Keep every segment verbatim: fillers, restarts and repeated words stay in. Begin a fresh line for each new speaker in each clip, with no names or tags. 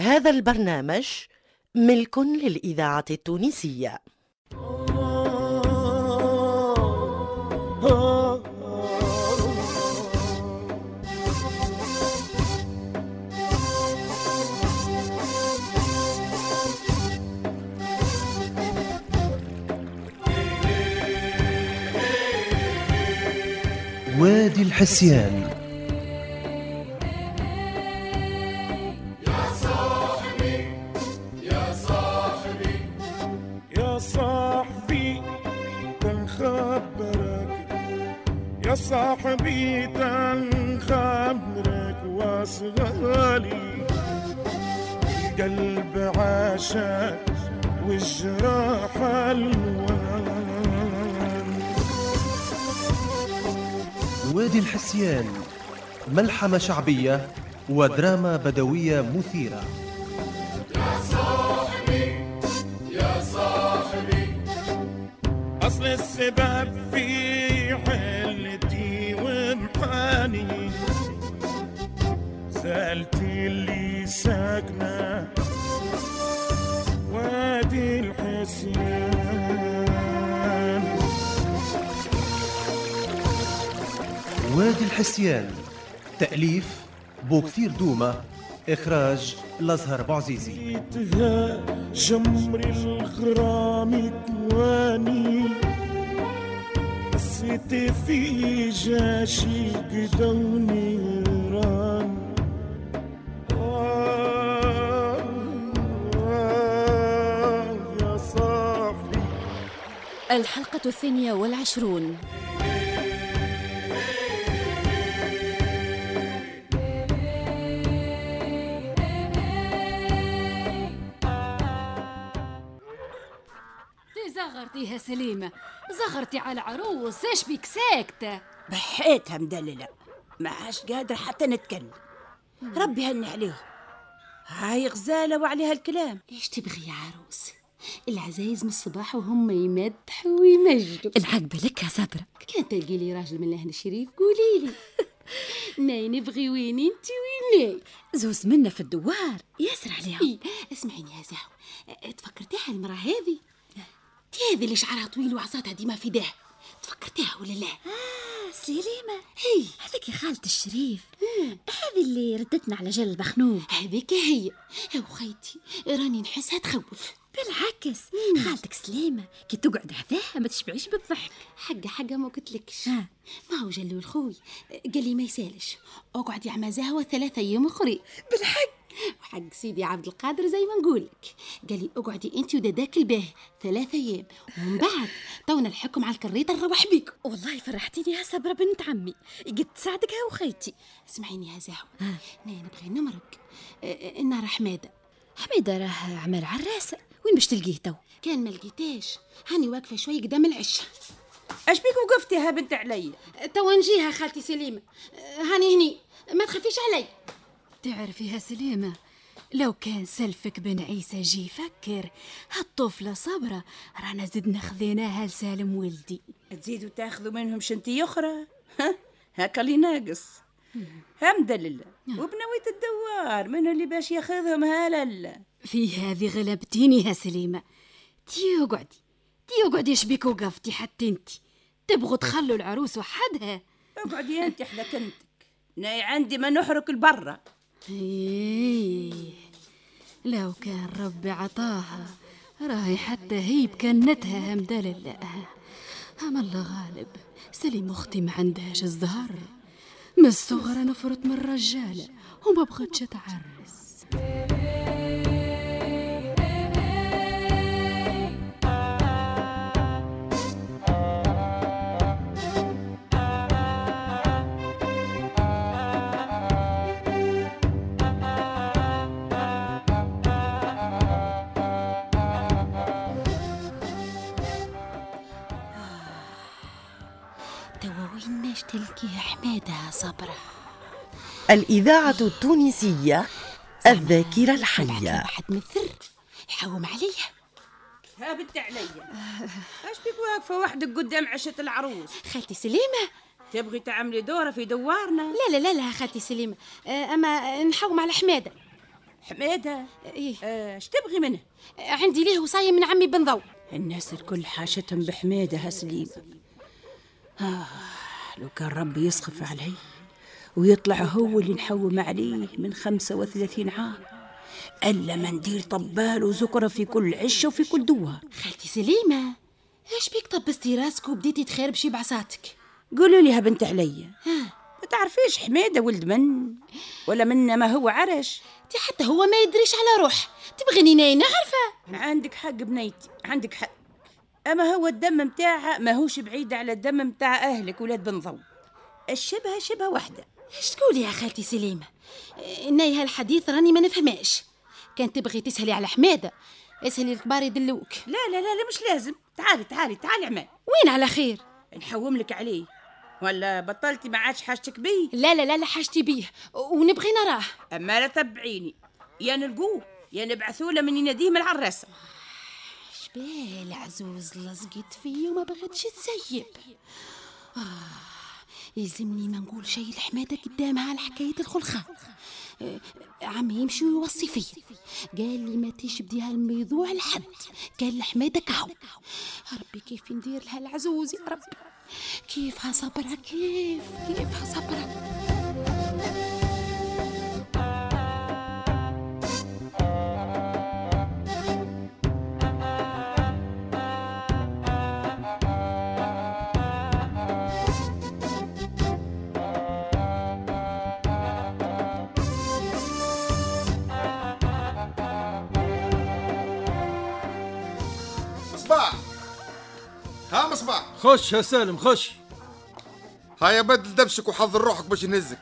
هذا البرنامج ملك للإذاعة التونسية.
وادي الحسيان.
يا صاحبي يا صاحبي يا صاحبي تنخبرك، يا صاحبي تنخبرك واصغالي القلب عاشق والجراح الوان.
وادي الحسيان، ملحمة شعبية ودراما بدوية مثيرة.
يا صاحبي يا صاحبي أصل السبب في حلتي ومحاني، سألتي اللي ساكنة وادي الحسيان.
وادي الحسيان، تأليف بوكثير دومة، إخراج الأزهر بوعزيزي.
جمر الغرام تواني، حسيت في جاشي قدوني ران. آه آه يا صاحبي.
الحلقة الثانية والعشرون.
زغرتيها سليمة، زغرتي على عروس، ايش بيك ساكتة؟
بحيتها مدللة، ما عاش قادر حتى نتكلم. ربي هني عليهم، هاي غزالة وعليها الكلام.
ايش تبغي يا عروس؟ العزايز من الصباح وهم يمدحوا ويمجدوا.
العقبة لك يا صبرة،
كان تلقي لي راجل من الاهل الشريف قولي لي. ناي نبغي وين انت وين ناي؟
زوز منا في الدوار ياسر عليها.
إيه؟ اسمعيني يا زهو، تفكرتيها المرأة هذه؟ هذه اللي شعرها طويل وعصاتها ديما في داه، تفكرتيها ولا لا؟
آه سليمة،
هي
هذيك يا خالة الشريف، هذه اللي ردتنا على جل المخنوم.
هذيك هي. يا خيتي راني نحسها تخوف.
بالعكس خالتك سليمة كي تقعد حذاها ما تشبعيش بالضحك.
حقه حقه ما قلتلكش.
آه.
ما هو جلو الخوي قال لي ما يسالش، اقعد يا عم زهوة ثلاثة ايام اخرين.
بالحق
وحق سيدي عبد القادر زي ما نقولك، قال لي اقعدي انت وداداك الباهي ثلاثة ايام، ومن بعد تونا الحكم على الكريطه نروح بيكم.
والله فرحتيني يا صبرة بنت عمي، قد تساعدك ها وخيتي.
اسمعيني يا زهوة، انا نبغي نمرك النار حماده.
حميدة راه عمل عراسة، وين باش تلقيه تو؟
كان ما لقيتاش، هاني واقفه شوي قدام العشاء.
اش بيك وقفتي ها بنت علي؟
توا نجيها خالتي سليمة، هاني هني ما تخافيش علي.
تعرفيها سليمة، لو كان سلفك بن عيسى جي فكر هالطفلة صبرة رانا زدنا خذيناها لسالم ولدي.
تزيدوا تاخذوا منهم شنتي أخرى؟ ها هاكا اللي ناقص. حمد لله. وبنويت الدوار منو اللي باش ياخذهم هالا.
في هذه غلبتيني يا سليمة. تي اقعدي تي اقعدي ايش بيك وقفتي حتى انتي تبغوا تخلوا العروس وحدها؟
اقعدي انت احلى كنتك، ناي عندي ما نحرك البرة.
ايه لو كان ربي عطاها راهي حتى هي بكنتها همدا لله. هم الله غالب، سليم اختي ما عندهاش الزهر، من الصغر نفرط من الرجاله وما بغتش تعرس.
ويناش تلقيها حمادة صبرة.
الإذاعة التونسية الذاكرة الحية.
واحد من الثر يحوم عليها.
ها بنت عليا، اش بيك واقفة وحدك قدام عشة العروس؟
خالتي سليمة
تبغي تعملي دورة في دوارنا؟
لا لا لا لا خالتي سليمة، أما نحوم على حمادة.
حميدة
ايه
آه، اش تبغي منه؟
عندي ليه وصاية من عمي بن ضو.
الناس الكل حاشتهم بحميدة هسليم. آه لو كان ربي يسخف علي ويطلع هو اللي نحوم عليه من خمسة وثلاثين عام، ألا ما ندير طبال وزكرة في كل عشة وفي كل دوار.
خالتي سليمة، ايش بيك طبستي راسك وبديتي تخربشي بعصاتك؟
قولوا لي هبنت عليا، ما تعرفيش حميدة ولد من ولا منا ما هو عرش؟
دي حتى هو ما يدريش على روح، تبغيني ناي نعرفه؟
عندك حق بنيتي، عندك حق. أما هو الدم متاعها ما هوش بعيد على الدم متاع أهلك ولاد بن ضو، الشبهة شبهة واحدة.
ايش تقولي يا خالتي سليمة؟ ناي هالحديث راني ما نفهماش. كان تبغي تسهلي على حميدة اسهلي الكبار يدلوك.
لا لا لا, لا مش لازم. تعالي تعالي تعالي عمال.
وين على خير؟
نحوم لك عليه ولا بطلتي ما عادش حاجتك بيه؟
لا لا لا لا حاجتي بيه ونبغي نراه.
أما لا تبعيني، يا نلقوه يا نبعثوا له من يناديه من العراسة.
شبيه العزوز لصقت فيه وما بغيتش تسيب. آه يلزمني ما نقول شيء لحماده قدامها على حكايه الخلخال. آه عمي يمشي ويوصي فيه، قال لي ما تشبديها الموضوع لحد، قال لحماده كهو. ربي كيف ندير لها العزوز يا رب، كيف هصبرها، كيف كيف هصبرها.
مصباح، ها مصباح،
خش يا سالم خش.
هيا بدل دبشك وحضر روحك باش نهزك.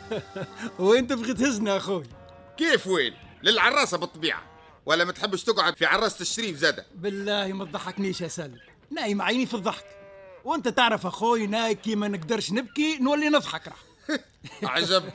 وين تبغي تهزنا يا اخوي؟
كيف وين؟ للعراسة بالطبيعة، ولا ما تحبش تقعد في عراسة الشريف زادة؟
بالله ما تضحكنيش يا سالم، نايم عيني في الضحك، وانت تعرف اخوي ناي كي ما نقدرش نبكي نولي نضحك راح.
عجب.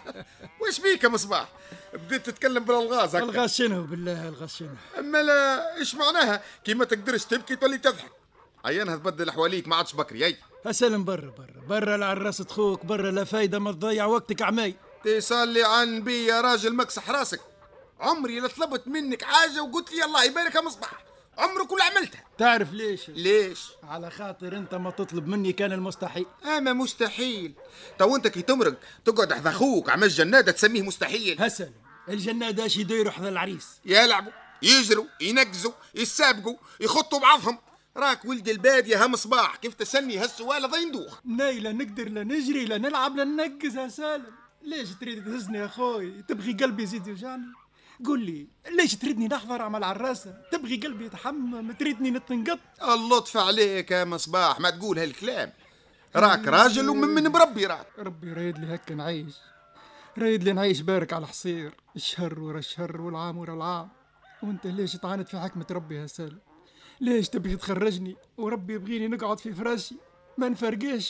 وش بيك يا مصباح؟ بديت تتكلم بالالغاز هكا.
الغاز شنو بالله الغاز شنو؟
اما لا ايش معناها كي ما تقدرش تبكي تولي تضحك؟ عينها تبدل احواليك ما عادش بكري. اي
اسلم برا برا برا العراسة خوك برا، لا فايدة ما تضيع وقتك عماي.
تصلي عن بي يا راجل مكسح راسك، عمري لا طلبت منك حاجة وقلت لي الله يبارك يا مصباح، عمرك ولا عملتها.
تعرف ليش؟
ليش؟
على خاطر انت ما تطلب مني كان المستحيل.
اما مستحيل تو انت كي تمرق تقعد حذا اخوك عم الجنادة تسميه مستحيل؟
هسلم الجنادة اش يديروا حذا العريس؟
يلعبوا يجروا ينقزوا يسابقوا يخطوا بعضهم. راك ولد البادية ها مصباح كيف تسني هالسؤال هذا يندوخ.
ناي لا نقدر لا نجري لا نلعب لا ننقز يا سالم. ليش تريد تهزني يا اخوي؟ تبغي قلبي يزيد يوجعني؟ قول لي ليش تريدني نحضر عمل العراسة؟ تبغي قلبي يتحمم؟ تريدني نتنقط؟
اللطف عليك يا مصباح ما تقول هالكلام، راك راجل ومن من بربي. راك
ربي رايد لي هكا نعيش، رايد لي نعيش بارك على حصير، الشهر ورا الشهر والعام ورا العام. وانت ليش تعاند في حكمة ربي يا سالم؟ ليش تبغي تخرجني وربي يبغيني نقعد في فراشي ما نفرقش؟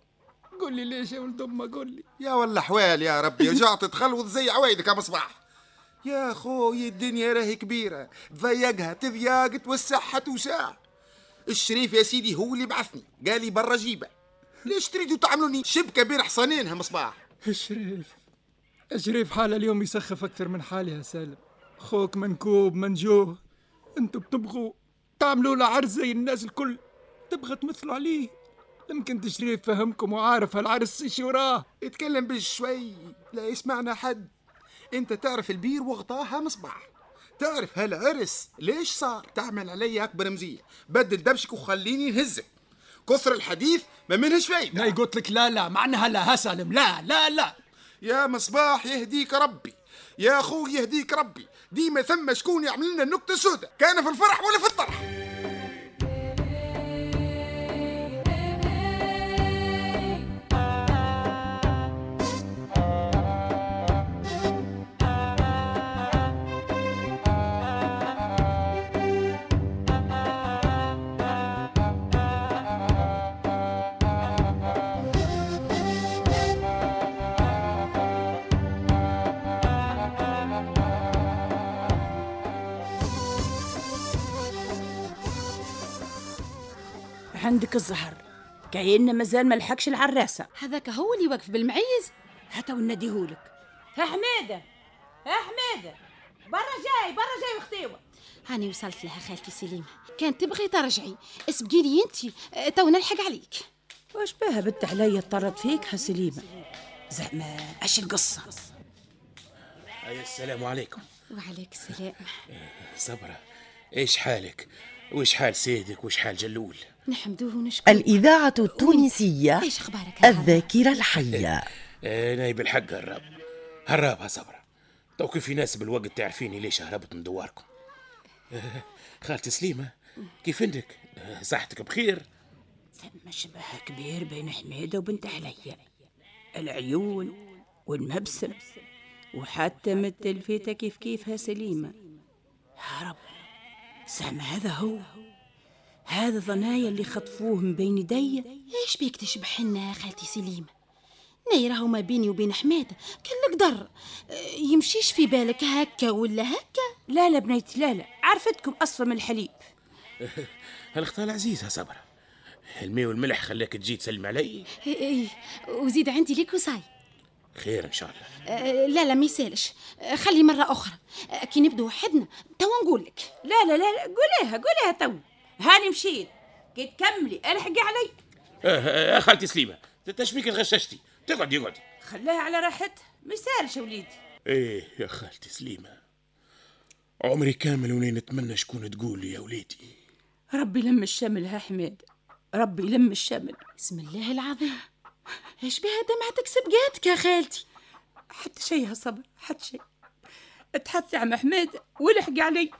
قول لي ليش يا ولد امه قول لي.
يا ولا حوال يا ربي رجعت تخلوط زي عوايدك يا مصباح. يا خوي الدنيا راهي كبيرة، تضيقها تضيق توسعها توسع. الشريف يا سيدي هو اللي بعثني قال لي برا جيبه، ليش تريدوا تعملوني شبكة بين حصانينها مصباح؟
الشريف الشريف حاله اليوم يسخف أكثر من حالي يا سالم. خوك منكوب منجوه، انتوا بتبغوا تعملوا له عرس زي الناس الكل، تبغى تمثلوا عليه. يمكن تشريف فهمكم وعارف هالعرس ايش وراه.
اتكلم بالشوي لا يسمعنا حد. انت تعرف البير وغطاها مصباح، تعرف هالعرس ليش صار. تعمل علي اكبر مزية، بدل دبشك وخليني نهزك. كثر الحديث ما منهش فايدة.
لا قلت لك لا لا معناها لا هسلم لا لا لا.
يا مصباح يهديك ربي، يا اخوي يهديك ربي، ديما ثم شكون يعمل لنا النكتة سودة، كان في الفرح ولا في الطرح.
عندك الزهر كأنه مازال ما لحقش العراسة.
هذاك هو اللي واقف بالمعيز.
هاتوا نديهولك. ها حميدة ها حميدة
برا جاي برا جاي وختيوه.
هاني وصلت لها خالتي سليمة، كانت تبغي ترجعي، اسبقيني انتي تو نلحق عليك.
واش بها بنت عليا اضطرت فيك ها سليمة؟ زعما اش القصة؟
أي السلام عليكم.
وعليك السلام.
صبرة، ايش حالك؟ وإيش حال سيدك وإيش حال جلول؟
نحمدوه ونشكره.
الإذاعة التونسية.
ايش اخبارك؟
الذاكرة الحية.
انا بالحق هرب هربها صبرة. تو كيف يناسب الوقت تعرفيني ليش هربت من دواركم. خالتي سليمة كيف عندك؟ صحتك بخير؟
ثم شبه كبير بين حميدة وبنت عليا، العيون والمبسم وحتى مثل فيتا كيف كيفها سليمة. يا رب، زعما هذا هو، هذا ظنايا اللي خطفوه من بين يدي.
ايش بيك تشبح لنا يا خالتي سليمة؟ نايره ما بيني وبين حماده كان قدر يمشيش في بالك هكا ولا هكا.
لا لا بنيتي لا لا، عرفتكم أصفى من الحليب.
هالخطا العزيزة صبرة، المي والملح خلاك تجي تسلم علي.
اي اي وزيد عندي ليك وصاي.
خير ان شاء الله.
أه لا لا ما يسالش، خلي مرة أخرى أه كي نبدو وحدنا توا نقول لك.
لا لا لا قوليها قوليها تو. هاني مشيت كي تكملي الحقي علي.
يا آه خالتي سليمة تشبيك غششتي، تقعدي اقعدي.
خلاها على راحتها ما يسالش يا وليدي.
ايه يا خالتي سليمة، عمري كامل وني نتمنى شكون تقول لي يا وليدي.
ربي لم الشمل ها حماد، ربي لم الشمل.
بسم الله العظيم. ايش بها دمعتك سبقاتك يا خالتي؟
حتى شيء يا صبر، حتى شيء. اتحثي عم حماد ولحقي علي.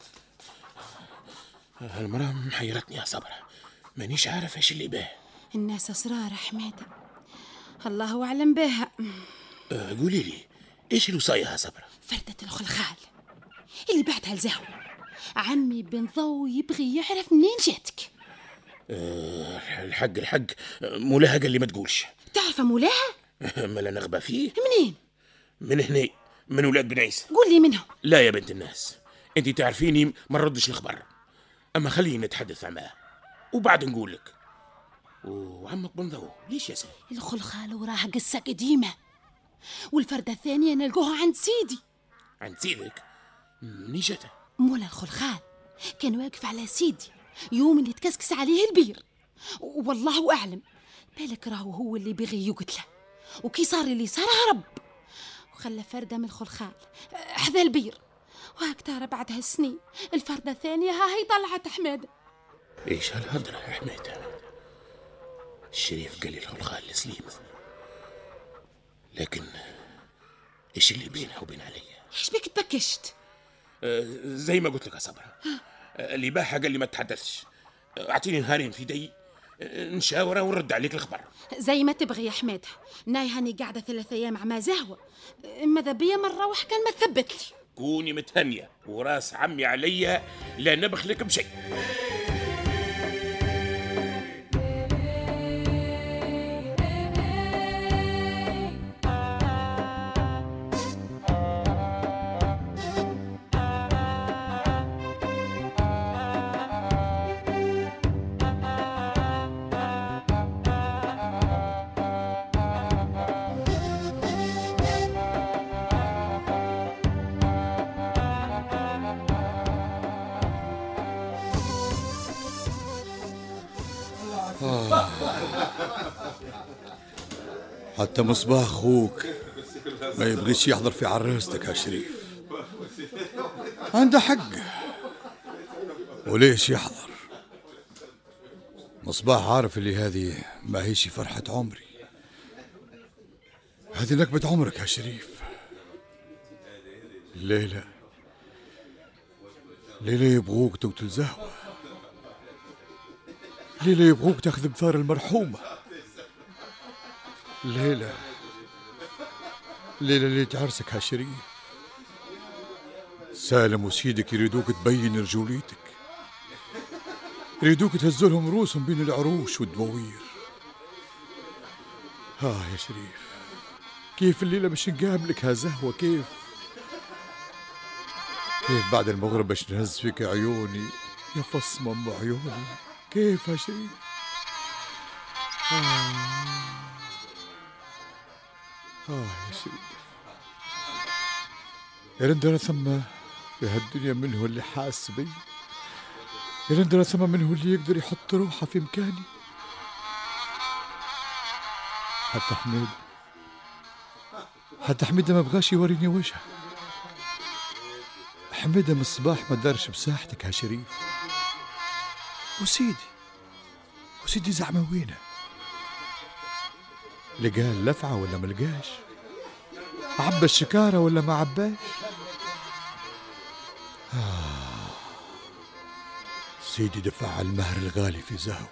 هالمرأة محيرتني يا صبرة، مانيش عارف ايش اللي باه.
الناس اسرار حماده، الله اعلم بها.
أه قولي لي ايش الوصاية يا صبرة؟
فردة الخلخال اللي بعدها الزهو، عمي بن ضو يبغي يعرف منين جاتك.
أه الحق الحق مولاها قال لي ما تقولش.
تعرف مولاها؟
ملا نغبى فيه.
منين؟
من هنا، من ولاد بن عيسى.
قول لي منهم.
لا يا بنت الناس، انت تعرفيني ما نردش الخبر، اما خليني نتحدث معاه وبعد نقول لك. وعمك بن ضو ليش يا سيدي؟
الخلخال وراها قصة قديمة، والفردة الثانية نلقوها عند سيدي.
عند سيدك؟ منين جاته؟
مولا الخلخال كان واقف على سيدي يوم اللي تكسكس عليه البير، والله أعلم بالك راهو هو اللي بيغي يقتله، وكي صار اللي صار هرب وخلى فردة من الخلخال حذا البير، وهكذا بعد هالسنين الفردة الثانية ها هي طلعت حمادة.
ايش هالهدرة يا حمادة؟ الشريف قال لي الخلخال لسليمة، لكن ايش اللي بينها وبين عليا؟
ايش بك تبكشت؟
آه زي ما قلت لك يا صبرا، آه اللي باحها قال لي ما تتحدثش، آه اعطيني نهارين في دي آه نشاوره ونرد عليك الخبر.
زي ما تبغي يا حماده، ناي هاني قاعده ثلاث ايام مع زهوه، ماذا بيا من نروح كان ما تثبت لي.
كوني متهنيه وراس عمي عليا لا نبخلك بشيء.
حتى مصباح أخوك ما يبغيش يحضر في عراستك يا شريف. عنده حق، وليش يحضر؟ مصباح عارف اللي هذه ما هيش فرحة عمري، هذه نكبة عمرك يا شريف. الليلة ليلة يبغوك تقتل زهوة، ليلة يبغوك تاخذ بثار المرحومة، ليلة ليلة ليلة عرسك يا شريف. سالم وسيدك يريدوك تبين رجوليتك، يريدوك تهزلهم روسهم بين العروش والدواوير. ها يا شريف، كيف الليلة باش نقابلك ها زهوة؟ كيف كيف بعد المغرب باش نهز فيك عيوني يا فصمم عيوني؟ كيف يا شريف؟ آه. آه يا شريف، يا رندنا ثم في هالدنيا منه اللي حاس بي، يا لندرة ثم منه اللي يقدر يحط روحه في مكاني. حتى حميد حتى حميدة ما بغاش يوريني وجهه. حميدة من الصباح ما دارش بساحتك يا شريف. وسيدي وسيدي زعما وينه؟ لقى اللفعة ولا ملقاش؟ عبى الشكارة ولا ما عباش؟ آه. سيدي دفع المهر الغالي في زهوة،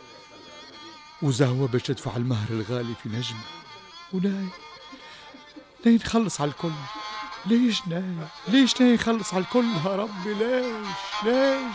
وزهوة باش تدفع المهر الغالي في نجمة، وناي ناي نخلص على الكل. ليش ناي ليش ناي نخلص على الكل يا ربي؟ ليش ليش؟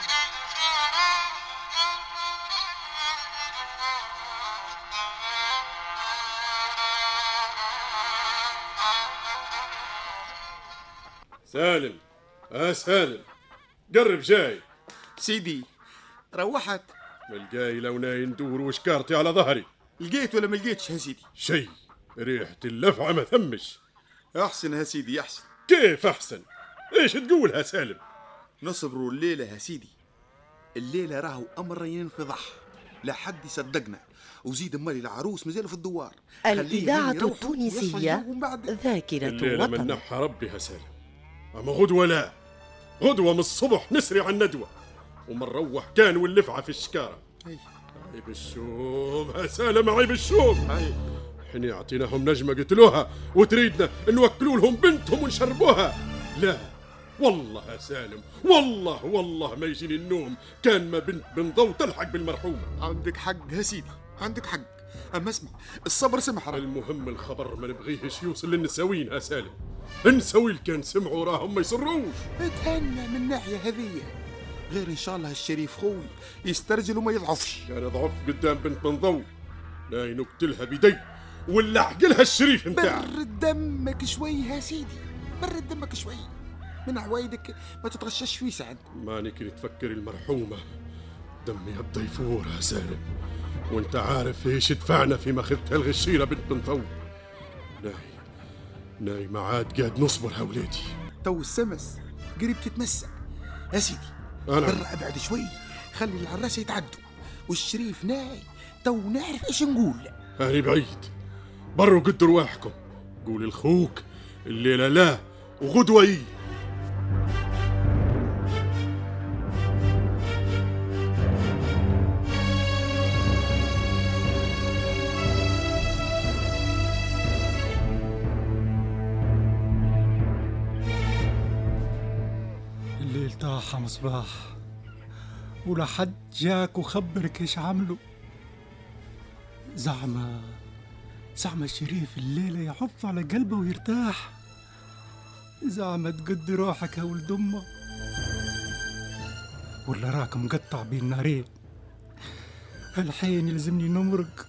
سالم اه سالم، قرب جاي.
سيدي روحت.
ملقاي لو ناي ندور وشكارتي على ظهري.
لقيت ولا ما لقيتش يا سيدي؟
شي ريحة اللفعة ما ثمش.
احسن يا سيدي احسن.
كيف احسن؟ ايش تقولها سالم؟
نصبروا الليلة يا سيدي، الليلة راهو امر ينفضح، لا حد يصدقنا، وزيد مالي العروس مازال في الدوار.
الإذاعة التونسية ذاكرة
الليلة
وطن.
من نحى ربي يا سالم، اما غدوة لا، غدوة من الصبح نسري على الندوة، ومن روح كان واللفعة في الشكارة. عيب الشوم يا سالم، عيب الشوم. حين يعطيناهم نجمة قتلوها وتريدنا نوكلوا لهم بنتهم ونشربوها. لا والله يا سالم، والله والله ما يجيني النوم كان ما بنت بن ضو تلحق بالمرحومة.
عندك حق يا سيدي عندك حق، اما اسمع الصبر سمح.
المهم الخبر ما نبغيهش يوصل للنساوين يا سالم، النساوين كان سمعوا راهم ما يسروش.
اتهنى من ناحية هذية، غير ان شاء الله الشريف خوي يسترجل وما يضعفش.
كان ضعف قدام بنت بن ضو، لا نقتلها بيدي ولا احقلها الشريف نتاعها.
برد دمك شوي يا سيدي، برد دمك شوي، من عوايدك ما تتغشش فيه سعد.
ماني كنت تفكر المرحومة دمي يبدا يفور يا سالم، وانت عارف ايش دفعنا في ماخذتها الغشيرة بنت بن ضو. ناي ناي ما عاد قاعد نصبر يا ولادي.
تو السمس قريب تتمسك يا سيدي.
أنا
برا ابعد شوي، خلي العراسة يتعدوا، والشريف ناي تو نعرف ايش نقول.
أنا بعيد، بروا قد رواحكم، قول لخوك الليلة لا وغدوة إيه.
الليل طاح مصباح، ولا حد جاك وخبرك ايش عملوا. زعما زعما الشريف الليلة يعض على قلبه ويرتاح. زعما تقد روحك يا ولد امه، ولا راك مقطع بين نارين. الحين يلزمني نمرق،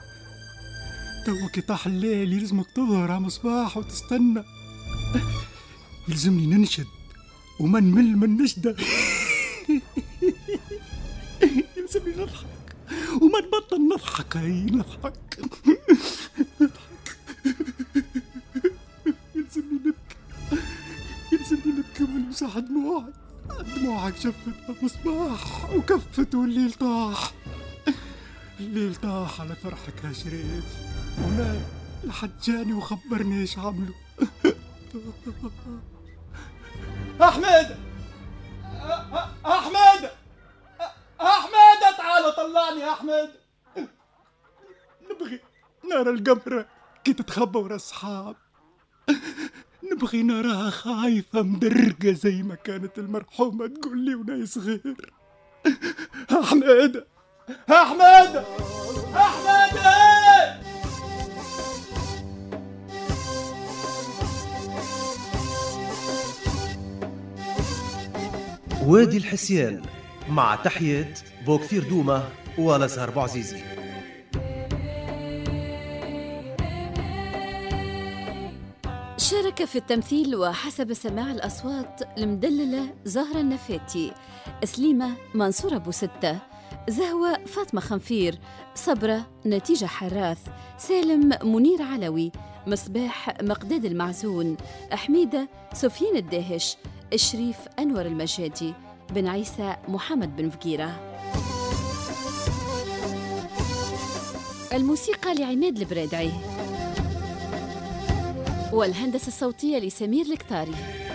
توك طاح الليل يلزمك تظهر على مصباح وتستنى. يلزمني ننشد وما نمل من نشدة. يلزمني نضحك وما نبطل نضحك. اي نضحك نضحك. يلزمني نبكي يلزمني نبكي ونمسح دموعي. دموعك شفت مصباح وكفت والليل طاح. الليل طاح على فرحك يا شريف، ولا لحد جاني وخبرني ايش عملوا. احمد احمد احمد تعال طلعني يا احمد. نبغي نرى القمرة كي تتخبى ورا الصحاب، نبغي نراها خايفة مدرقة زي ما كانت المرحومة تقول لي وانا صغير. احمد احمد احمد
وادي الحسيان، مع تحية بوكثير دومة ولازهر بوعزيزي.
شارك في التمثيل وحسب سماع الأصوات المدللة زهرة النفاتي، سليمة منصور أبو ستة، زهوة فاطمة خنفير، صبرة نتيجة حراث، سالم منير علوي، مصباح مقداد المعزون، حميدة سفيان الداهش، الشريف أنور المجادي، بن عيسى محمد بن فقيرة. الموسيقى لعماد البرادعي، والهندسة الصوتية لسمير الكتاري.